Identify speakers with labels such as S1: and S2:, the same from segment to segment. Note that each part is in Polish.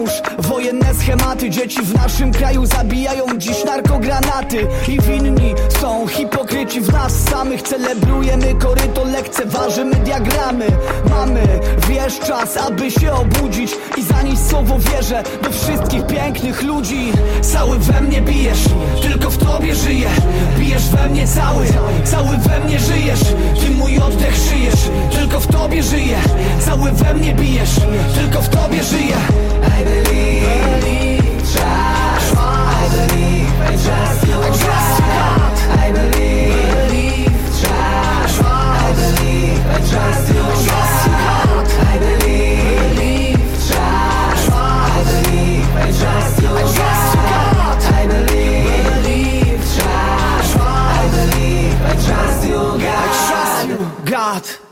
S1: już wojenne schematy. Dzieci w naszym kraju zabijają dziś narkogranaty. I winni są hipokryci w nas samych. Celebrujemy koryto, lekceważymy diagramy. Mamy, wiesz, czas, aby się obudzić i zanieść słowo wierzę do wszystkich pięknych ludzi. Cały we mnie bijesz, tylko w tobie żyję. Bijesz we mnie cały we mnie żyjesz. Ty mój oddech żyjesz, tylko w tobie żyję. Cały we mnie bijesz, tylko w tobie żyję. I believe, trust, I believe, I trust you, God. I believe, trust, I believe, I trust you, God. I believe, trust, I believe, I trust you, God. I believe, trust, I believe, I trust you, God. I trust you, God.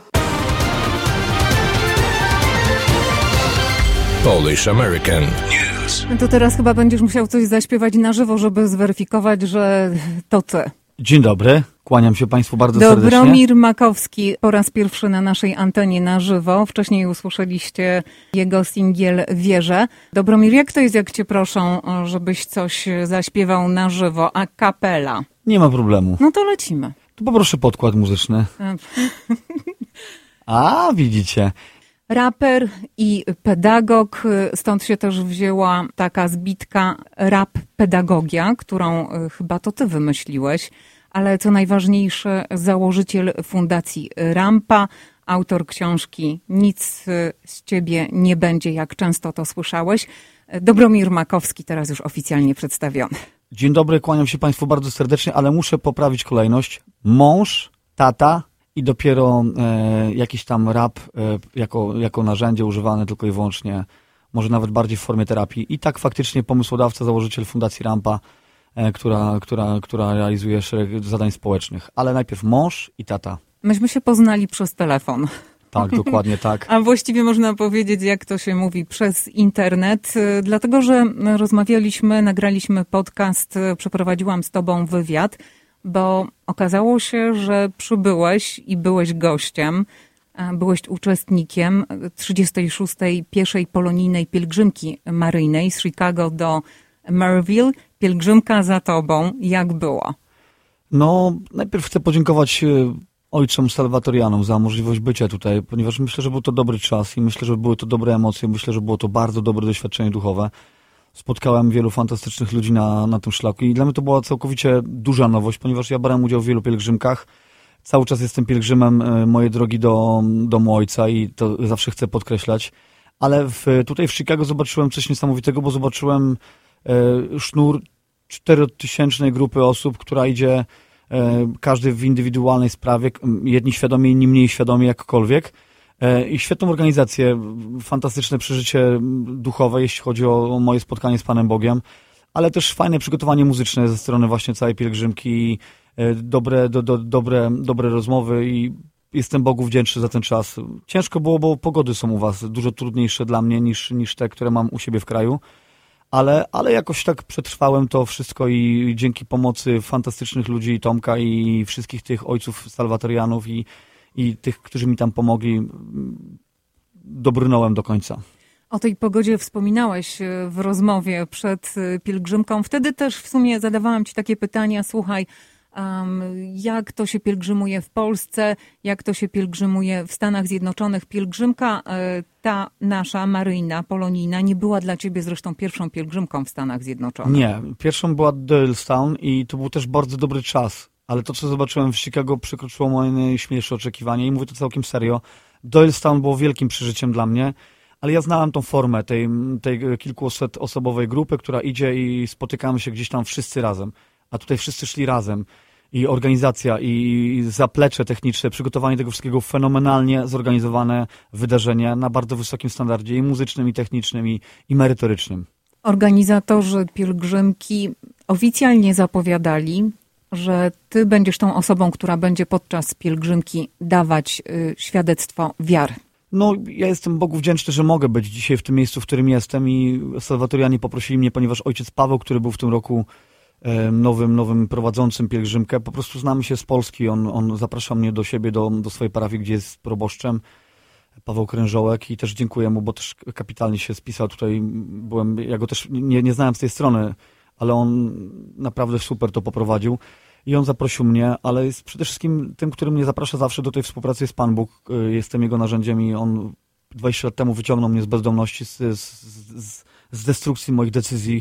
S2: Polish American News.
S3: To teraz chyba będziesz musiał coś zaśpiewać na żywo, żeby zweryfikować, że to ty.
S4: Dzień dobry, kłaniam się Państwu bardzo serdecznie.
S3: Dobromir Makowski po raz pierwszy na naszej antenie na żywo. Wcześniej usłyszeliście jego singiel Wierzę. Dobromir, jak to jest, jak cię proszą, żebyś coś zaśpiewał na żywo, a cappella?
S4: Nie ma problemu.
S3: No to lecimy.
S4: To poproszę podkład muzyczny. A, widzicie.
S3: Raper i pedagog, stąd się też wzięła taka zbitka rap pedagogia, którą chyba to ty wymyśliłeś, ale co najważniejsze, założyciel fundacji Rampa, autor książki Nic z ciebie nie będzie, jak często to słyszałeś. Dobromir Makowski teraz już oficjalnie przedstawiony.
S4: Dzień dobry, kłaniam się Państwu bardzo serdecznie, ale muszę poprawić kolejność. Mąż, tata i dopiero jakiś tam rap jako narzędzie używane tylko i wyłącznie, może nawet bardziej w formie terapii. I tak faktycznie pomysłodawca, założyciel Fundacji Rampa, która realizuje szereg zadań społecznych. Ale najpierw mąż i tata.
S3: Myśmy się poznali przez telefon.
S4: Tak, dokładnie tak.
S3: A właściwie można powiedzieć, jak to się mówi, przez internet, dlatego że nagraliśmy podcast, przeprowadziłam z tobą wywiad, bo okazało się, że przybyłeś i byłeś gościem, byłeś uczestnikiem 36. pieszej polonijnej pielgrzymki maryjnej z Chicago do Maryville. Pielgrzymka za tobą. Jak było?
S4: No, najpierw chcę podziękować ojcom salwatorianom za możliwość bycia tutaj, ponieważ myślę, że był to dobry czas i myślę, że były to dobre emocje, myślę, że było to bardzo dobre doświadczenie duchowe. Spotkałem wielu fantastycznych ludzi na tym szlaku i dla mnie to była całkowicie duża nowość, ponieważ ja brałem udział w wielu pielgrzymkach. Cały czas jestem pielgrzymem mojej drogi do domu ojca i to zawsze chcę podkreślać. Ale tutaj w Chicago zobaczyłem coś niesamowitego, bo zobaczyłem sznur 4-tysięcznej grupy osób, która idzie każdy w indywidualnej sprawie, jedni świadomie, inni mniej świadomie, jakkolwiek. I świetną organizację, fantastyczne przeżycie duchowe, jeśli chodzi o moje spotkanie z Panem Bogiem, ale też fajne przygotowanie muzyczne ze strony właśnie całej pielgrzymki, dobre rozmowy i jestem Bogu wdzięczny za ten czas. Ciężko było, bo pogody są u was dużo trudniejsze dla mnie niż te, które mam u siebie w kraju, ale jakoś tak przetrwałem to wszystko i dzięki pomocy fantastycznych ludzi, Tomka i wszystkich tych ojców salwatorianów i tych, którzy mi tam pomogli, dobrnąłem do końca.
S3: O tej pogodzie wspominałeś w rozmowie przed pielgrzymką. Wtedy też w sumie zadawałam ci takie pytania, słuchaj, jak to się pielgrzymuje w Polsce, jak to się pielgrzymuje w Stanach Zjednoczonych. Pielgrzymka ta nasza, maryjna, polonijna, nie była dla ciebie zresztą pierwszą pielgrzymką w Stanach Zjednoczonych.
S4: Nie, pierwszą była Doylestown i to był też bardzo dobry czas. Ale to, co zobaczyłem w Chicago, przekroczyło moje najśmielsze oczekiwania i mówię to całkiem serio. Doylestown było wielkim przeżyciem dla mnie, ale ja znałem tą formę tej kilkusetosobowej grupy, która idzie i spotykamy się gdzieś tam wszyscy razem. A tutaj wszyscy szli razem. I organizacja, i zaplecze techniczne, przygotowanie tego wszystkiego, fenomenalnie zorganizowane wydarzenie na bardzo wysokim standardzie i muzycznym, i technicznym, i merytorycznym.
S3: Organizatorzy pielgrzymki oficjalnie zapowiadali, że ty będziesz tą osobą, która będzie podczas pielgrzymki dawać świadectwo wiary.
S4: No, ja jestem Bogu wdzięczny, że mogę być dzisiaj w tym miejscu, w którym jestem i salwatorianie poprosili mnie, ponieważ ojciec Paweł, który był w tym roku nowym prowadzącym pielgrzymkę, po prostu znamy się z Polski, on zaprasza mnie do siebie, do swojej parafii, gdzie jest proboszczem. Paweł Krężołek, i też dziękuję mu, bo też kapitalnie się spisał tutaj. Ja go też nie znałem z tej strony, ale on naprawdę super to poprowadził. I on zaprosił mnie, ale jest przede wszystkim tym, który mnie zaprasza zawsze do tej współpracy, jest Pan Bóg. Jestem jego narzędziem i on 20 lat temu wyciągnął mnie z bezdomności, z destrukcji moich decyzji,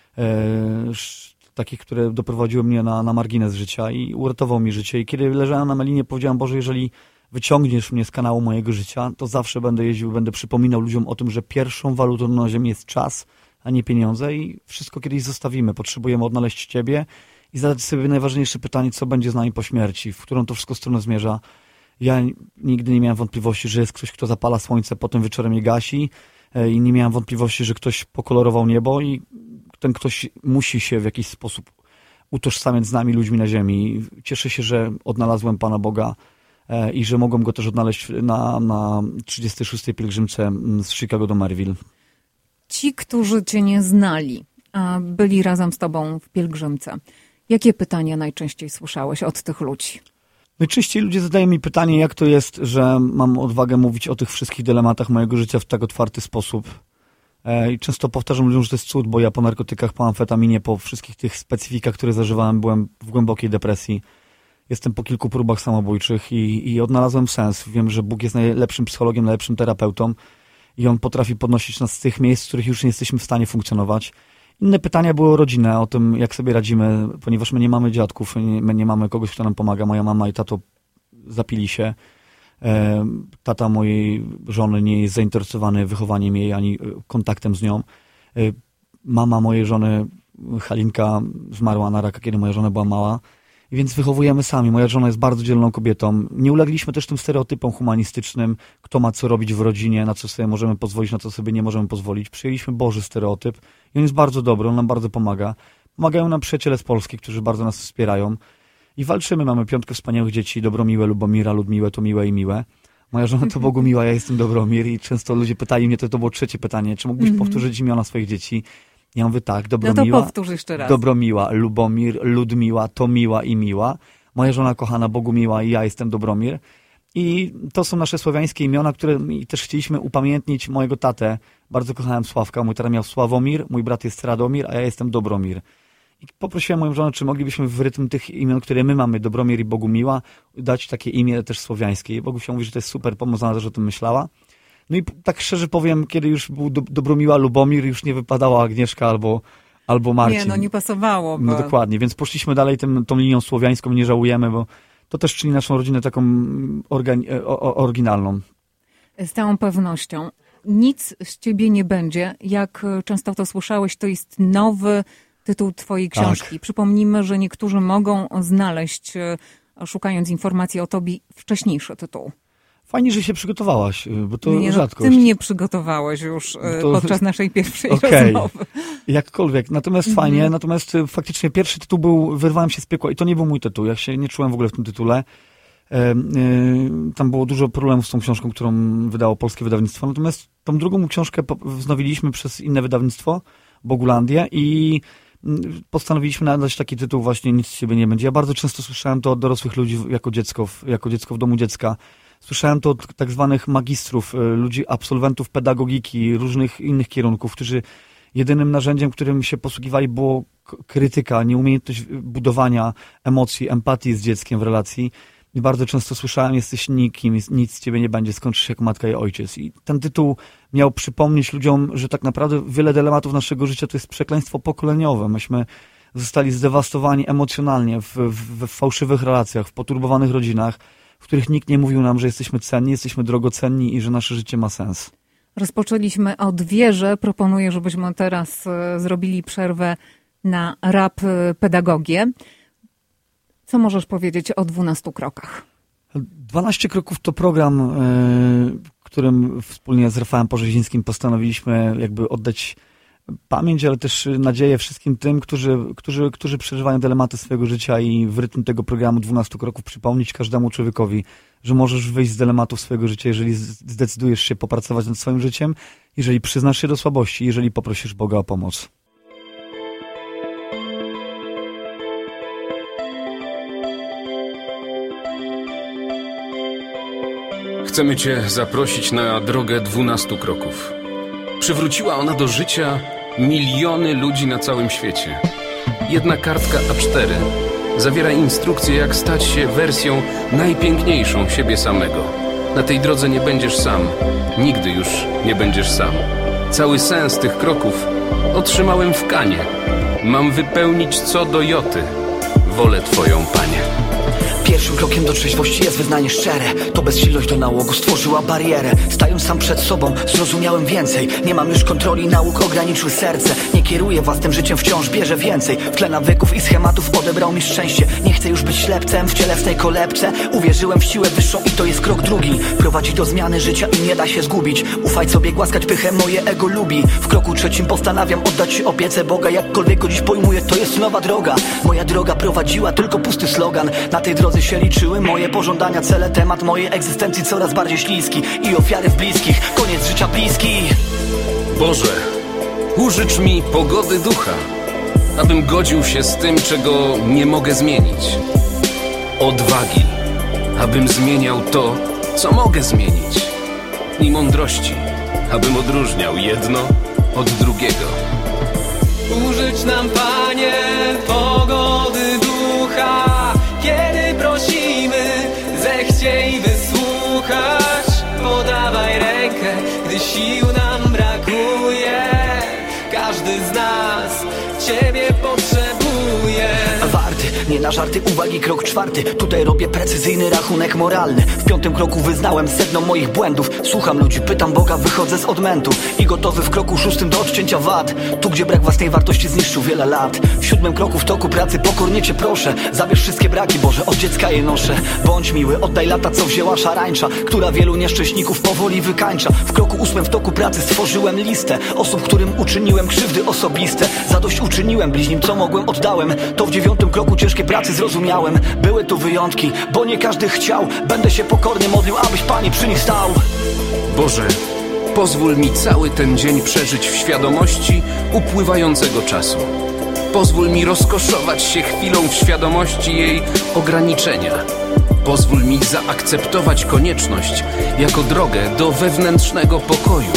S4: takich, które doprowadziły mnie na margines życia, i uratował mi życie. I kiedy leżałem na melinie, powiedziałem: Boże, jeżeli wyciągniesz mnie z kanału mojego życia, to zawsze będę jeździł, będę przypominał ludziom o tym, że pierwszą walutą na ziemi jest czas, a nie pieniądze, i wszystko kiedyś zostawimy. Potrzebujemy odnaleźć Ciebie i zadać sobie najważniejsze pytanie, co będzie z nami po śmierci, w którą to wszystko stronę zmierza. Ja nigdy nie miałem wątpliwości, że jest ktoś, kto zapala słońce, potem wieczorem je gasi, i nie miałem wątpliwości, że ktoś pokolorował niebo, i ten ktoś musi się w jakiś sposób utożsamiać z nami, ludźmi na ziemi. Cieszę się, że odnalazłem Pana Boga i że mogłem Go też odnaleźć na 36. pielgrzymce z Chicago do Maryville.
S3: Ci, którzy Cię nie znali, a byli razem z Tobą w pielgrzymce, jakie pytania najczęściej słyszałeś od tych ludzi?
S4: Najczęściej ludzie zadają mi pytanie, jak to jest, że mam odwagę mówić o tych wszystkich dylematach mojego życia w tak otwarty sposób. I często powtarzam ludziom, że to jest cud, bo ja po narkotykach, po amfetaminie, po wszystkich tych specyfikach, które zażywałem, byłem w głębokiej depresji. Jestem po kilku próbach samobójczych i odnalazłem sens. Wiem, że Bóg jest najlepszym psychologiem, najlepszym terapeutą i On potrafi podnosić nas z tych miejsc, w których już nie jesteśmy w stanie funkcjonować. Inne pytania były o rodzinę, o tym, jak sobie radzimy, ponieważ my nie mamy dziadków, my nie mamy kogoś, kto nam pomaga. Moja mama i tato zapili się. Tata mojej żony nie jest zainteresowany wychowaniem jej ani kontaktem z nią. Mama mojej żony, Halinka, zmarła na raka, kiedy moja żona była mała. I więc wychowujemy sami. Moja żona jest bardzo dzielną kobietą. Nie ulegliśmy też tym stereotypom humanistycznym, kto ma co robić w rodzinie, na co sobie możemy pozwolić, na co sobie nie możemy pozwolić. Przyjęliśmy Boży stereotyp i on jest bardzo dobry, on nam bardzo pomaga. Pomagają nam przyjaciele z Polski, którzy bardzo nas wspierają. I walczymy, mamy 5 wspaniałych dzieci: Dobromiłę, Lubomira, Ludmiłę, to miłe i miłe. Moja żona to Bogumiła, ja jestem Dobromir, i często ludzie pytali mnie, to było trzecie pytanie, czy mógłbyś powtórzyć imiona swoich dzieci? Ja mówię tak: Dobromiła,
S3: no to powtórz jeszcze raz.
S4: Dobromiła, Lubomir, Ludmiła, to miła i miła. Moja żona kochana Bogumiła i ja jestem Dobromir. I to są nasze słowiańskie imiona, które też chcieliśmy upamiętnić mojego tatę. Bardzo kochałem Sławka, mój tata miał Sławomir, mój brat jest Radomir, a ja jestem Dobromir. I poprosiłem moją żonę, czy moglibyśmy w rytm tych imion, które my mamy, Dobromir i Bogumiła, dać takie imię też słowiańskie. I Bogusia mówi, że to jest super pomysł, ona też o tym myślała. No i tak szczerze powiem, kiedy już był Dobromiła, Lubomir, już nie wypadała Agnieszka albo Marcin.
S3: Nie, no nie pasowało. Bo...
S4: No dokładnie, więc poszliśmy dalej tą linią słowiańską, nie żałujemy, bo to też czyni naszą rodzinę taką oryginalną.
S3: Z całą pewnością. Nic z Ciebie nie będzie. Jak często to słyszałeś, to jest nowy tytuł Twojej książki. Tak. Przypomnijmy, że niektórzy mogą znaleźć, szukając informacji o Tobie, wcześniejszy tytuł.
S4: Fajnie, że się przygotowałaś, bo to rzadkość.
S3: Ty mnie przygotowałeś już podczas naszej pierwszej rozmowy.
S4: Jakkolwiek, natomiast fajnie, natomiast faktycznie pierwszy tytuł był Wyrwałem się z piekła i to nie był mój tytuł, ja się nie czułem w ogóle w tym tytule. Tam było dużo problemów z tą książką, którą wydało polskie wydawnictwo, natomiast tą drugą książkę wznowiliśmy przez inne wydawnictwo, Bogulandię, i postanowiliśmy nadać taki tytuł właśnie Nic z siebie nie będzie. Ja bardzo często słyszałem to od dorosłych ludzi jako dziecko w domu dziecka. Słyszałem to od tak zwanych magistrów, ludzi, absolwentów pedagogiki, różnych innych kierunków, którzy jedynym narzędziem, którym się posługiwali, było krytyka, nieumiejętność budowania emocji, empatii z dzieckiem w relacji. I bardzo często słyszałem: jesteś nikim, nic z ciebie nie będzie, skończysz jak matka i ojciec. I ten tytuł miał przypomnieć ludziom, że tak naprawdę wiele dylematów naszego życia to jest przekleństwo pokoleniowe. Myśmy zostali zdewastowani emocjonalnie w fałszywych relacjach, w poturbowanych rodzinach, w których nikt nie mówił nam, że jesteśmy cenni, jesteśmy drogocenni i że nasze życie ma sens. Rozpoczęliśmy od wieży. Proponuję, żebyśmy teraz zrobili przerwę na rap pedagogię. Co możesz powiedzieć o 12 krokach? 12 kroków to program, którym wspólnie z Rafałem Porzezińskim postanowiliśmy jakby oddać pamięć, ale też nadzieję wszystkim tym, którzy przeżywają dylematy swojego życia, i w rytm tego programu 12 kroków przypomnieć każdemu człowiekowi, że możesz wyjść z dylematów swojego życia, jeżeli zdecydujesz się popracować nad swoim życiem, jeżeli przyznasz się do słabości, jeżeli poprosisz Boga o pomoc.
S5: Chcemy Cię zaprosić na drogę 12 kroków. Przywróciła ona do życia miliony ludzi na całym świecie. Jedna kartka A4 zawiera instrukcję, jak stać się wersją najpiękniejszą siebie samego. Na tej drodze nie będziesz sam. Nigdy już nie będziesz sam. Cały sens tych kroków otrzymałem w Kanie. Mam wypełnić co do joty wolę Twoją, Panie.
S1: Pierwszym krokiem do trzeźwości jest wyznanie szczere. To bezsilność do nałogu stworzyła barierę. Stając sam przed sobą, zrozumiałem więcej. Nie mam już kontroli, nauk ograniczyły serce. Nie kieruję własnym życiem, wciąż bierze więcej. W tle nawyków i schematów odebrał mi szczęście. Nie chcę już być ślepcem w cielesnej kolebce. Uwierzyłem w siłę wyższą i to jest krok drugi. Prowadzi do zmiany życia i nie da się zgubić. Ufaj sobie, głaskać pychę, moje ego lubi. W kroku trzecim postanawiam oddać się opiece Boga. Jakkolwiek go dziś pojmuję, to jest nowa droga. Moja droga prowadziła, tylko pusty slogan. Na tej drodze się liczyły moje pożądania, cele, temat mojej egzystencji coraz bardziej śliski. I ofiary w bliskich, koniec życia bliski.
S5: Boże, użycz mi pogody ducha, abym godził się z tym, czego nie mogę zmienić. Odwagi, abym zmieniał to, co mogę zmienić. I mądrości, abym odróżniał jedno od drugiego.
S6: Użycz nam, Panie, pogody ducha, kiedy prosimy, zechciej wysłuchać. Podawaj rękę, gdy sił nam brakuje. Każdy z nas Ciebie potrzebuje.
S1: Warty, nie na żarty, uwagi, krok czwarty. Tutaj robię precyzyjny rachunek moralny. W 5. kroku wyznałem sedno moich błędów. Słucham ludzi, pytam Boga, wychodzę z odmętu. I gotowy w kroku 6 do odcięcia wad. Tu, gdzie brak własnej wartości zniszczył wiele lat. W 7. kroku w toku pracy pokornie Cię proszę. Zabierz wszystkie braki, Boże, od dziecka je noszę. Bądź miły, oddaj lata, co wzięła szarańcza, która wielu nieszczęśników powoli wykańcza. W kroku 8 w toku pracy stworzyłem listę osób, którym uczyniłem krzywdy osobiste. Zadośćuczyniłem bliźnim, co mogłem, oddałem. To w 9. kroku ciężkiej pracy zrozumiałem. Były tu wyjątki, bo nie każdy chciał. Będę się pokornie modlił, abyś, Panie, przy nich stał.
S5: Boże, pozwól mi cały ten dzień przeżyć w świadomości upływającego czasu. Pozwól mi rozkoszować się chwilą w świadomości jej ograniczenia. Pozwól mi zaakceptować konieczność jako drogę do wewnętrznego pokoju.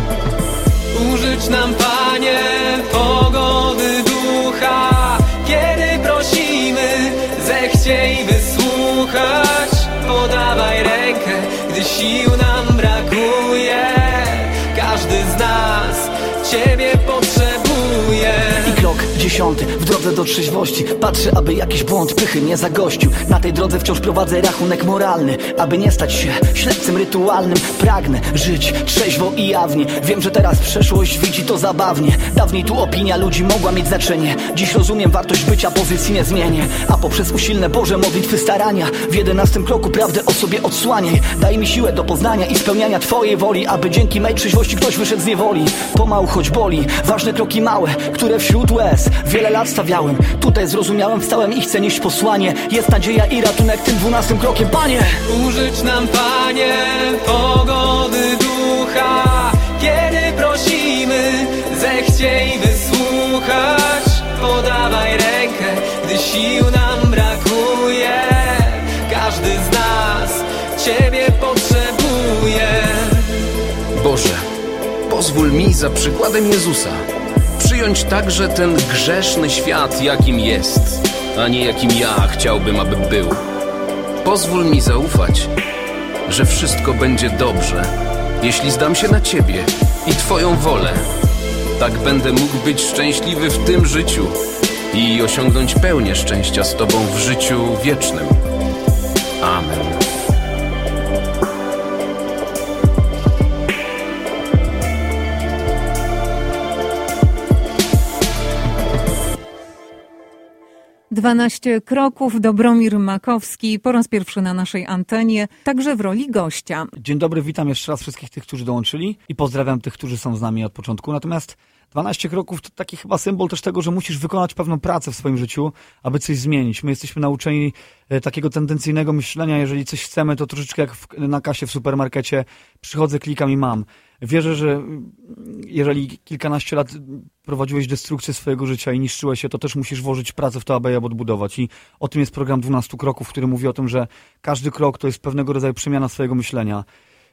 S6: Użycz nam, Panie, pogody ducha, kiedy prosimy, zechciej wysłuchać. Podawaj rękę, gdy sił nam brakuje. Każdy z nas Ciebie potrzebuje.
S1: I krok 10 w drodze do trzeźwości. Patrzę, aby jakiś błąd pychy nie zagościł. Na tej drodze wciąż prowadzę rachunek moralny, aby nie stać się ślepcem rytualnym. Pragnę żyć trzeźwo i jawnie. Wiem, że teraz przeszłość widzi to zabawnie. Dawniej tu opinia ludzi mogła mieć znaczenie. Dziś rozumiem wartość bycia, pozycji nie zmienię. A poprzez usilne Boże modlitwy starania w 11. kroku prawdę o sobie odsłaniaj. Daj mi siłę do poznania i spełniania Twojej woli, aby dzięki mej trzeźwości ktoś wyszedł z niewoli. Pomału, choć boli, ważne kroki małe, które wśród łez wiele lat stawiałem. Tutaj zrozumiałem, wstałem i chcę nieść posłanie. Jest nadzieja i ratunek tym 12. krokiem, Panie.
S6: Użycz nam, Panie, pogody ducha, kiedy prosimy, zechciej wysłuchać. Podawaj rękę, gdy sił nam brakuje. Każdy z nas Ciebie potrzebuje.
S5: Boże, pozwól mi za przykładem Jezusa przyjąć także ten grzeszny świat, jakim jest, a nie jakim ja chciałbym, aby był. Pozwól mi zaufać, że wszystko będzie dobrze, jeśli zdam się na Ciebie i Twoją wolę. Tak będę mógł być szczęśliwy w tym życiu i osiągnąć pełnię szczęścia z Tobą w życiu wiecznym. Amen.
S3: Dwanaście kroków, Dobromir Makowski, po raz pierwszy na naszej antenie, także w roli gościa.
S4: Dzień dobry, witam jeszcze raz wszystkich tych, którzy dołączyli i pozdrawiam tych, którzy są z nami od początku. Natomiast 12 kroków to taki chyba symbol też tego, że musisz wykonać pewną pracę w swoim życiu, aby coś zmienić. My jesteśmy nauczeni takiego tendencyjnego myślenia, jeżeli coś chcemy, to troszeczkę jak na kasie w supermarkecie, przychodzę, klikam i mam. Wierzę, że jeżeli kilkanaście lat prowadziłeś destrukcję swojego życia i niszczyłeś się, to też musisz włożyć pracę w to, aby je odbudować. I o tym jest program 12 kroków, który mówi o tym, że każdy krok to jest pewnego rodzaju przemiana swojego myślenia.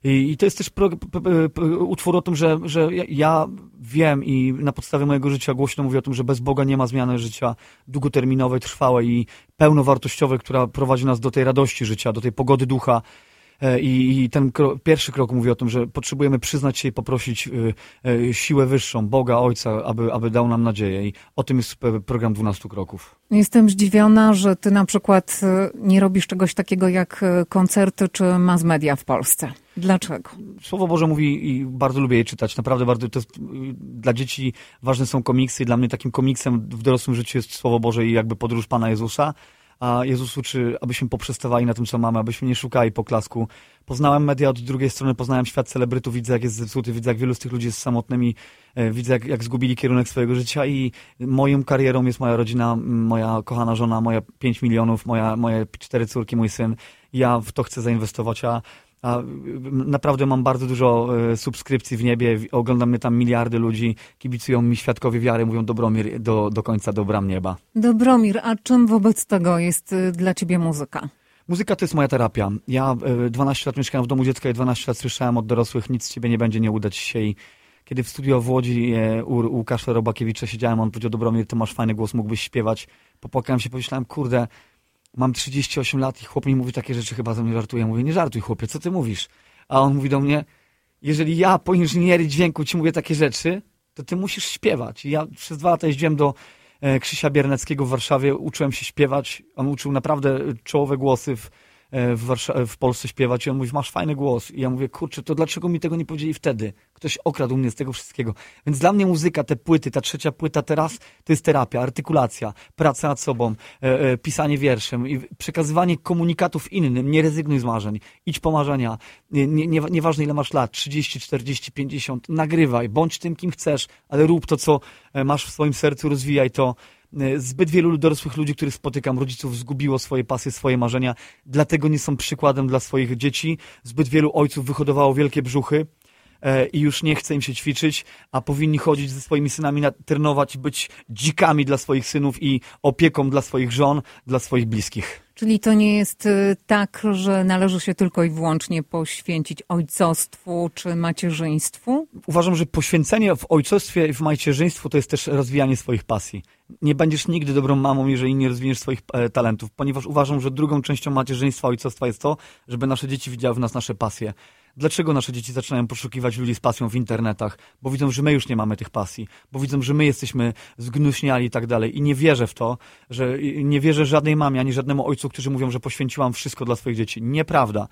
S4: I to jest też utwór o tym, że ja wiem i na podstawie mojego życia głośno mówię o tym, że bez Boga nie ma zmiany życia długoterminowej, trwałej i pełnowartościowej, która prowadzi nas do tej radości życia, do tej pogody ducha. I ten pierwszy krok mówi o tym, że potrzebujemy przyznać się i poprosić siłę wyższą, Boga, Ojca, aby dał nam nadzieję. I o tym jest program 12 kroków.
S3: Jestem zdziwiona, że ty na przykład nie robisz czegoś takiego jak koncerty czy mass media w Polsce. Dlaczego?
S4: Słowo Boże mówi i bardzo lubię je czytać. Naprawdę bardzo. To jest, dla dzieci ważne są komiksy i dla mnie takim komiksem w dorosłym życiu jest Słowo Boże i jakby podróż Pana Jezusa. A Jezus uczy, abyśmy poprzestawali na tym, co mamy, abyśmy nie szukali poklasku. Poznałem media od drugiej strony, poznałem świat celebrytów, widzę, jak jest zepsuty, widzę, jak wielu z tych ludzi jest samotnymi, widzę, jak zgubili kierunek swojego życia i moją karierą jest moja rodzina, moja kochana żona, moje 5 milionów, moje 4 córki, mój syn. Ja w to chcę zainwestować, a naprawdę mam bardzo dużo subskrypcji w niebie, oglądam mnie tam miliardy ludzi, kibicują mi świadkowie wiary, mówią Dobromir do końca do bram nieba.
S3: Dobromir, a czym wobec tego jest dla ciebie muzyka?
S4: Muzyka to jest moja terapia. Ja 12 lat mieszkałem w domu dziecka i 12 lat słyszałem od dorosłych, nic z ciebie nie będzie, nie udać się. I kiedy w studio w Łodzi u Łukasza Robakiewicza siedziałem, on powiedział: Dobromir, ty masz fajny głos, mógłbyś śpiewać. Popłakałem się, pomyślałem, kurde, mam 38 lat i chłop mi mówi takie rzeczy, chyba ze mnie żartuje. Mówię, nie żartuj chłopie, co ty mówisz? A on mówi do mnie, jeżeli ja po inżynierii dźwięku ci mówię takie rzeczy, to ty musisz śpiewać. I ja przez 2 lata jeździłem do Krzysia Biernackiego w Warszawie, uczyłem się śpiewać. On uczył naprawdę czołowe głosy w Polsce śpiewać i on mówi, masz fajny głos. I ja mówię, kurczę, to dlaczego mi tego nie powiedzieli wtedy? Ktoś okradł mnie z tego wszystkiego. Więc dla mnie muzyka, te płyty, ta 3. płyta teraz, to jest terapia, artykulacja, praca nad sobą, pisanie wierszem i przekazywanie komunikatów innym. Nie rezygnuj z marzeń, idź po marzenia. Nieważne ile masz lat, 30, 40, 50, nagrywaj, bądź tym, kim chcesz, ale rób to, co masz w swoim sercu, rozwijaj to. Zbyt wielu dorosłych ludzi, których spotykam, rodziców, zgubiło swoje pasje, swoje marzenia, dlatego nie są przykładem dla swoich dzieci. Zbyt wielu ojców wyhodowało wielkie brzuchy i już nie chce im się ćwiczyć, a powinni chodzić ze swoimi synami, trenować, być dzikami dla swoich synów i opieką dla swoich żon, dla swoich bliskich.
S3: Czyli to nie jest tak, że należy się tylko i wyłącznie poświęcić ojcostwu czy macierzyństwu?
S4: Uważam, że poświęcenie w ojcostwie i w macierzyństwu to jest też rozwijanie swoich pasji. Nie będziesz nigdy dobrą mamą, jeżeli nie rozwiniesz swoich talentów, ponieważ uważam, że drugą częścią macierzyństwa, ojcostwa jest to, żeby nasze dzieci widziały w nas nasze pasje. Dlaczego nasze dzieci zaczynają poszukiwać ludzi z pasją w internetach? Bo widzą, że my już nie mamy tych pasji, bo widzą, że my jesteśmy zgnuśniali i tak dalej. I nie wierzę w to, nie wierzę żadnej mamie, ani żadnemu ojcu, którzy mówią, że poświęciłam wszystko dla swoich dzieci. Nieprawda.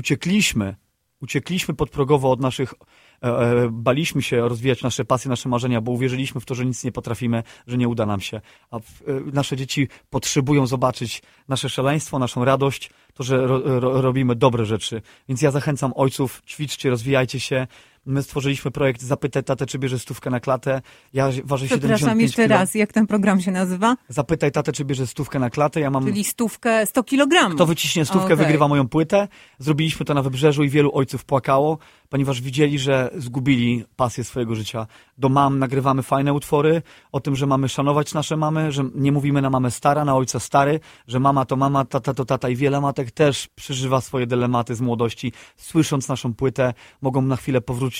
S4: Uciekliśmy podprogowo od naszych, baliśmy się rozwijać nasze pasje, nasze marzenia, bo uwierzyliśmy w to, że nic nie potrafimy, że nie uda nam się. A nasze dzieci potrzebują zobaczyć nasze szaleństwo, naszą radość, to, że robimy dobre rzeczy. Więc ja zachęcam ojców, ćwiczcie, rozwijajcie się. My stworzyliśmy projekt Zapytaj tatę, czy bierze 100 na klatę. Ja ważę 75
S3: Przepraszam, jeszcze raz, jak ten program się nazywa?
S4: Zapytaj tatę, czy bierze 100 na klatę. Ja mam...
S3: Czyli 100 kilogramów.
S4: Kto wyciśnie 100, wygrywa moją płytę. Zrobiliśmy to na Wybrzeżu i wielu ojców płakało, ponieważ widzieli, że zgubili pasję swojego życia. Do mam nagrywamy fajne utwory o tym, że mamy szanować nasze mamy, że nie mówimy na mamę stara, na ojca stary, że mama to mama, tata to tata i wiele matek też przeżywa swoje dylematy z młodości. Słysząc naszą płytę, mogą na chwilę powrócić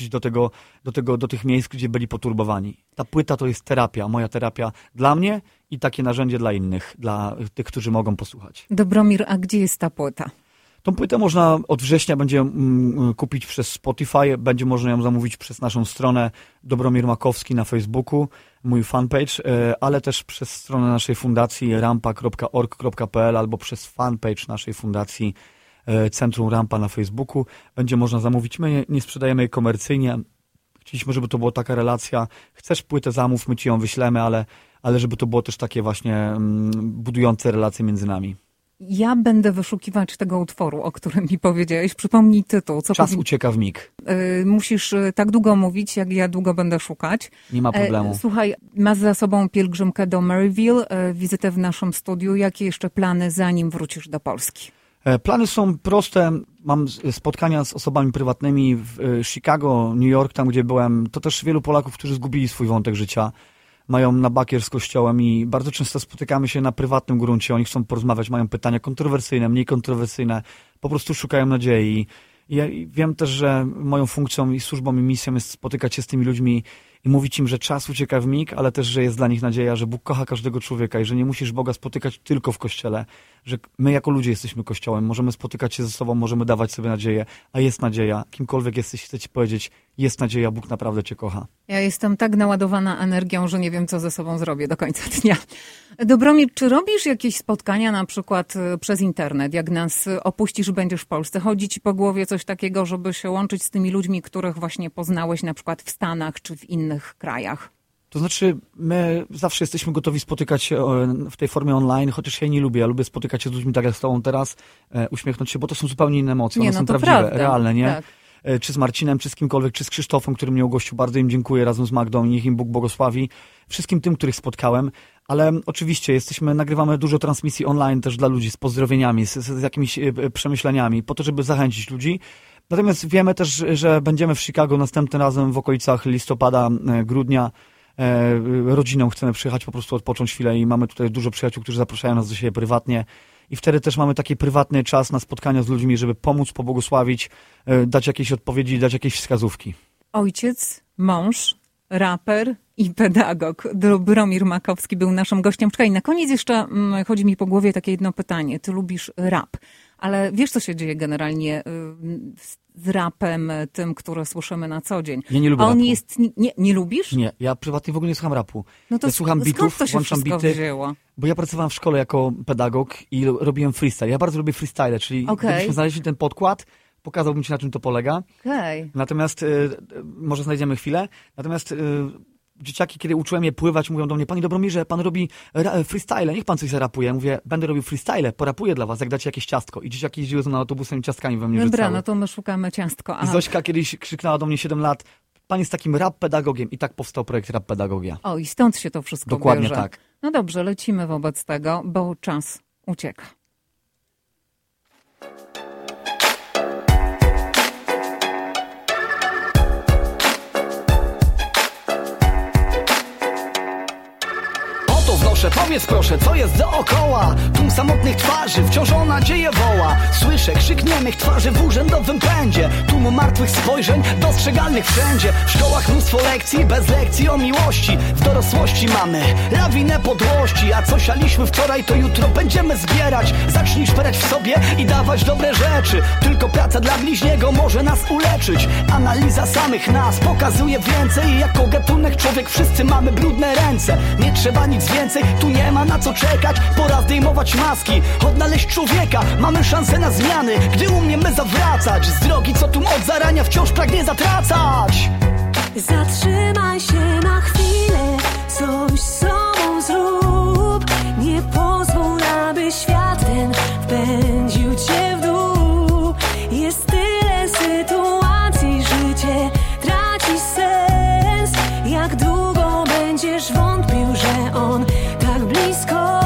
S4: do tych miejsc, gdzie byli poturbowani. Ta płyta to jest terapia, moja terapia dla mnie i takie narzędzie dla innych, dla tych, którzy mogą posłuchać.
S3: Dobromir, a gdzie jest ta płyta?
S4: Tą płytę można od września będzie kupić przez Spotify, będzie można ją zamówić przez naszą stronę Dobromir Makowski na Facebooku, mój fanpage, ale też przez stronę naszej fundacji rampa.org.pl albo przez fanpage naszej fundacji Centrum Rampa na Facebooku. Będzie można zamówić. My nie sprzedajemy jej komercyjnie. Chcieliśmy, żeby to była taka relacja. Chcesz płytę, zamów, my ci ją wyślemy, ale żeby to było też takie właśnie budujące relacje między nami.
S3: Ja będę wyszukiwać tego utworu, o którym mi powiedziałeś. Przypomnij tytuł.
S4: Czas ucieka w mig.
S3: Musisz tak długo mówić, jak ja długo będę szukać.
S4: Nie ma problemu.
S3: Słuchaj, masz za sobą pielgrzymkę do Maryville, wizytę w naszym studiu. Jakie jeszcze plany, zanim wrócisz do Polski?
S4: Plany są proste. Mam spotkania z osobami prywatnymi w Chicago, New York, tam gdzie byłem. To też wielu Polaków, którzy zgubili swój wątek życia. Mają na bakier z kościołem i bardzo często spotykamy się na prywatnym gruncie. Oni chcą porozmawiać, mają pytania kontrowersyjne, mniej kontrowersyjne. Po prostu szukają nadziei. Ja wiem też, że moją funkcją i służbą i misją jest spotykać się z tymi ludźmi i mówić im, że czas ucieka w mig, ale też, że jest dla nich nadzieja, że Bóg kocha każdego człowieka i że nie musisz Boga spotykać tylko w Kościele, że my jako ludzie jesteśmy Kościołem, możemy spotykać się ze sobą, możemy dawać sobie nadzieję, a jest nadzieja. Kimkolwiek jesteś, chcę ci powiedzieć, jest nadzieja, Bóg naprawdę cię kocha.
S3: Ja jestem tak naładowana energią, że nie wiem, co ze sobą zrobię do końca dnia. Dobromir, czy robisz jakieś spotkania na przykład przez internet, jak nas opuścisz, będziesz w Polsce? Chodzi ci po głowie coś takiego, żeby się łączyć z tymi ludźmi, których właśnie poznałeś na przykład w Stanach czy w innych krajach?
S4: To znaczy, my zawsze jesteśmy gotowi spotykać się w tej formie online, chociaż ja nie lubię. Ja lubię spotykać się z ludźmi tak jak z tobą teraz, uśmiechnąć się, bo to są zupełnie inne emocje. One są prawdziwe,
S3: prawda.
S4: realne, nie?
S3: Tak.
S4: Czy z Marcinem, czy z kimkolwiek, czy z Krzysztofem, który mnie ugościł. Bardzo im dziękuję razem z Magdą i niech im Bóg błogosławi. Wszystkim tym, których spotkałem. Ale oczywiście nagrywamy dużo transmisji online też dla ludzi z pozdrowieniami, z jakimiś przemyśleniami, po to, żeby zachęcić ludzi. Natomiast wiemy też, że będziemy w Chicago następnym razem w okolicach listopada, grudnia. Rodziną chcemy przyjechać, po prostu odpocząć chwilę i mamy tutaj dużo przyjaciół, którzy zapraszają nas do siebie prywatnie. I wtedy też mamy taki prywatny czas na spotkania z ludźmi, żeby pomóc, pobłogosławić, dać jakieś odpowiedzi, dać jakieś wskazówki.
S3: Ojciec, mąż, raper i pedagog. Dobromir Makowski był naszym gościem. Czekaj, na koniec jeszcze chodzi mi po głowie takie jedno pytanie. Ty lubisz rap, ale wiesz, co się dzieje generalnie z rapem, tym, który słyszymy na co dzień?
S4: Ja nie lubię rapu.
S3: Nie lubisz?
S4: Nie, ja prywatnie w ogóle nie słucham rapu.
S3: No to
S4: ja słucham bitów,
S3: to się
S4: włączam bity,
S3: wzięło?
S4: bo ja pracowałem w szkole jako pedagog i robiłem freestyle. Ja bardzo lubię freestyle, czyli gdybyśmy znaleźli ten podkład, pokazałbym ci, na czym to polega.
S3: Okay.
S4: Natomiast, może znajdziemy chwilę, natomiast dzieciaki, kiedy uczyłem je pływać, mówią do mnie: panie Dobromirze, pan robi freestyle, niech pan coś zarapuje. Ja mówię: będę robił freestyle, porapuję dla was, jak dacie jakieś ciastko. I dzieciaki jeździły za mną autobusem i ciastkami we mnie
S3: Dobra,
S4: rzucały.
S3: no to my szukamy ciastko.
S4: I Zośka kiedyś krzyknęła do mnie 7 lat: pan jest takim rap pedagogiem. I tak powstał projekt Rap Pedagogia.
S3: O, i stąd się to wszystko
S4: Dokładnie
S3: bierze.
S4: tak.
S3: No dobrze, lecimy wobec tego, bo czas ucieka.
S1: Powiedz proszę, co jest dookoła? Tłum samotnych twarzy, wciąż o nadzieję woła. Słyszę krzyk niemych twarzy w urzędowym pędzie. Tłum martwych spojrzeń, dostrzegalnych wszędzie. W szkołach mnóstwo lekcji, bez lekcji o miłości. W dorosłości mamy lawinę podłości. A co sialiśmy wczoraj, to jutro będziemy zbierać. Zacznij szperać w sobie i dawać dobre rzeczy. Tylko praca dla bliźniego może nas uleczyć. Analiza samych nas pokazuje więcej. Jako gatunek człowiek wszyscy mamy brudne ręce. Nie trzeba nic więcej, tu nie ma na co czekać. Pora zdejmować maski, odnaleźć człowieka. Mamy szansę na zmiany, gdy umiemy zawracać z drogi, co tu od zarania wciąż pragnie zatracać.
S7: Zatrzymaj się na chwilę, coś z sobą zrób. Nie pozwól, aby świat ten wpędził cię w dół. Jest tyle sytuacji, życie traci sens. Jak długo będziesz wątpił, że on tak blisko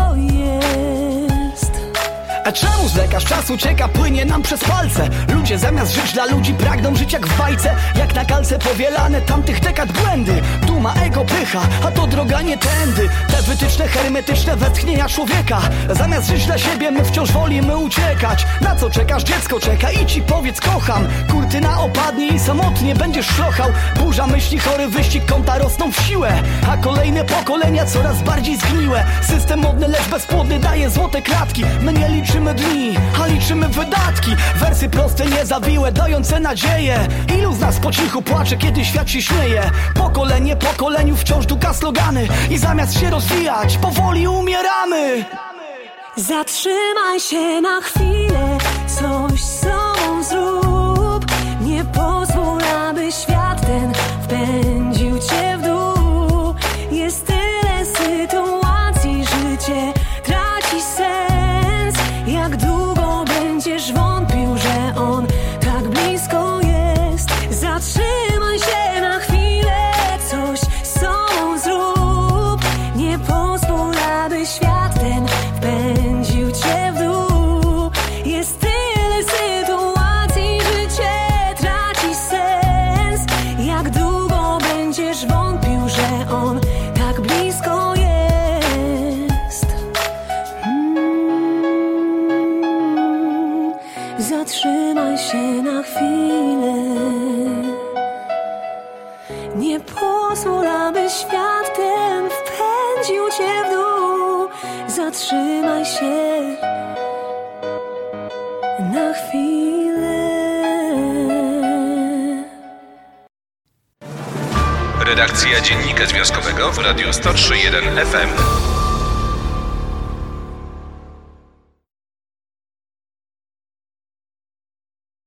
S7: jest?
S1: A czemu zwlekasz? Czas ucieka, płynie nam przez palce. Ludzie zamiast żyć dla ludzi pragną żyć jak w bajce. Jak na kalce powielane tamtych dekad błędy. Duma, ego, pycha, a to droga nie tędy. Te wytyczne, hermetyczne westchnienia człowieka. Zamiast żyć dla siebie, my wciąż wolimy uciekać. Na co czekasz? Dziecko czeka i ci powiedz kocham. Kurtyna opadnie i samotnie będziesz szlochał. Burza myśli, chory wyścig, konta rosną w siłę. A kolejne pokolenia coraz bardziej zgniłe. System modny, lecz bezpłodny daje złote klatki. My nie liczymy dni, a liczymy wydatki. Wersy proste, niezawiłe, dające nadzieję. Ilu z nas po cichu płacze, kiedy świat się śmieje? Pokolenie pokoleniu wciąż duka slogany. I zamiast się rozwijać, powoli umieramy.
S7: Zatrzymaj się na chwilę, coś z sobą zrób. Nie pozwól, aby świat ten wpędził cię w dół. Jest tyle sytuacji, życie traci sens. Jak długo będziesz wątpił, że on tak blisko jest? Zatrzymaj się na chwilę, coś z sobą zrób. Nie pozwól, aby świat ten wpędził cię w dół. Jest zatrzymaj się na chwilę.
S2: Redakcja Dziennika Związkowego w Radiu 103.1 FM.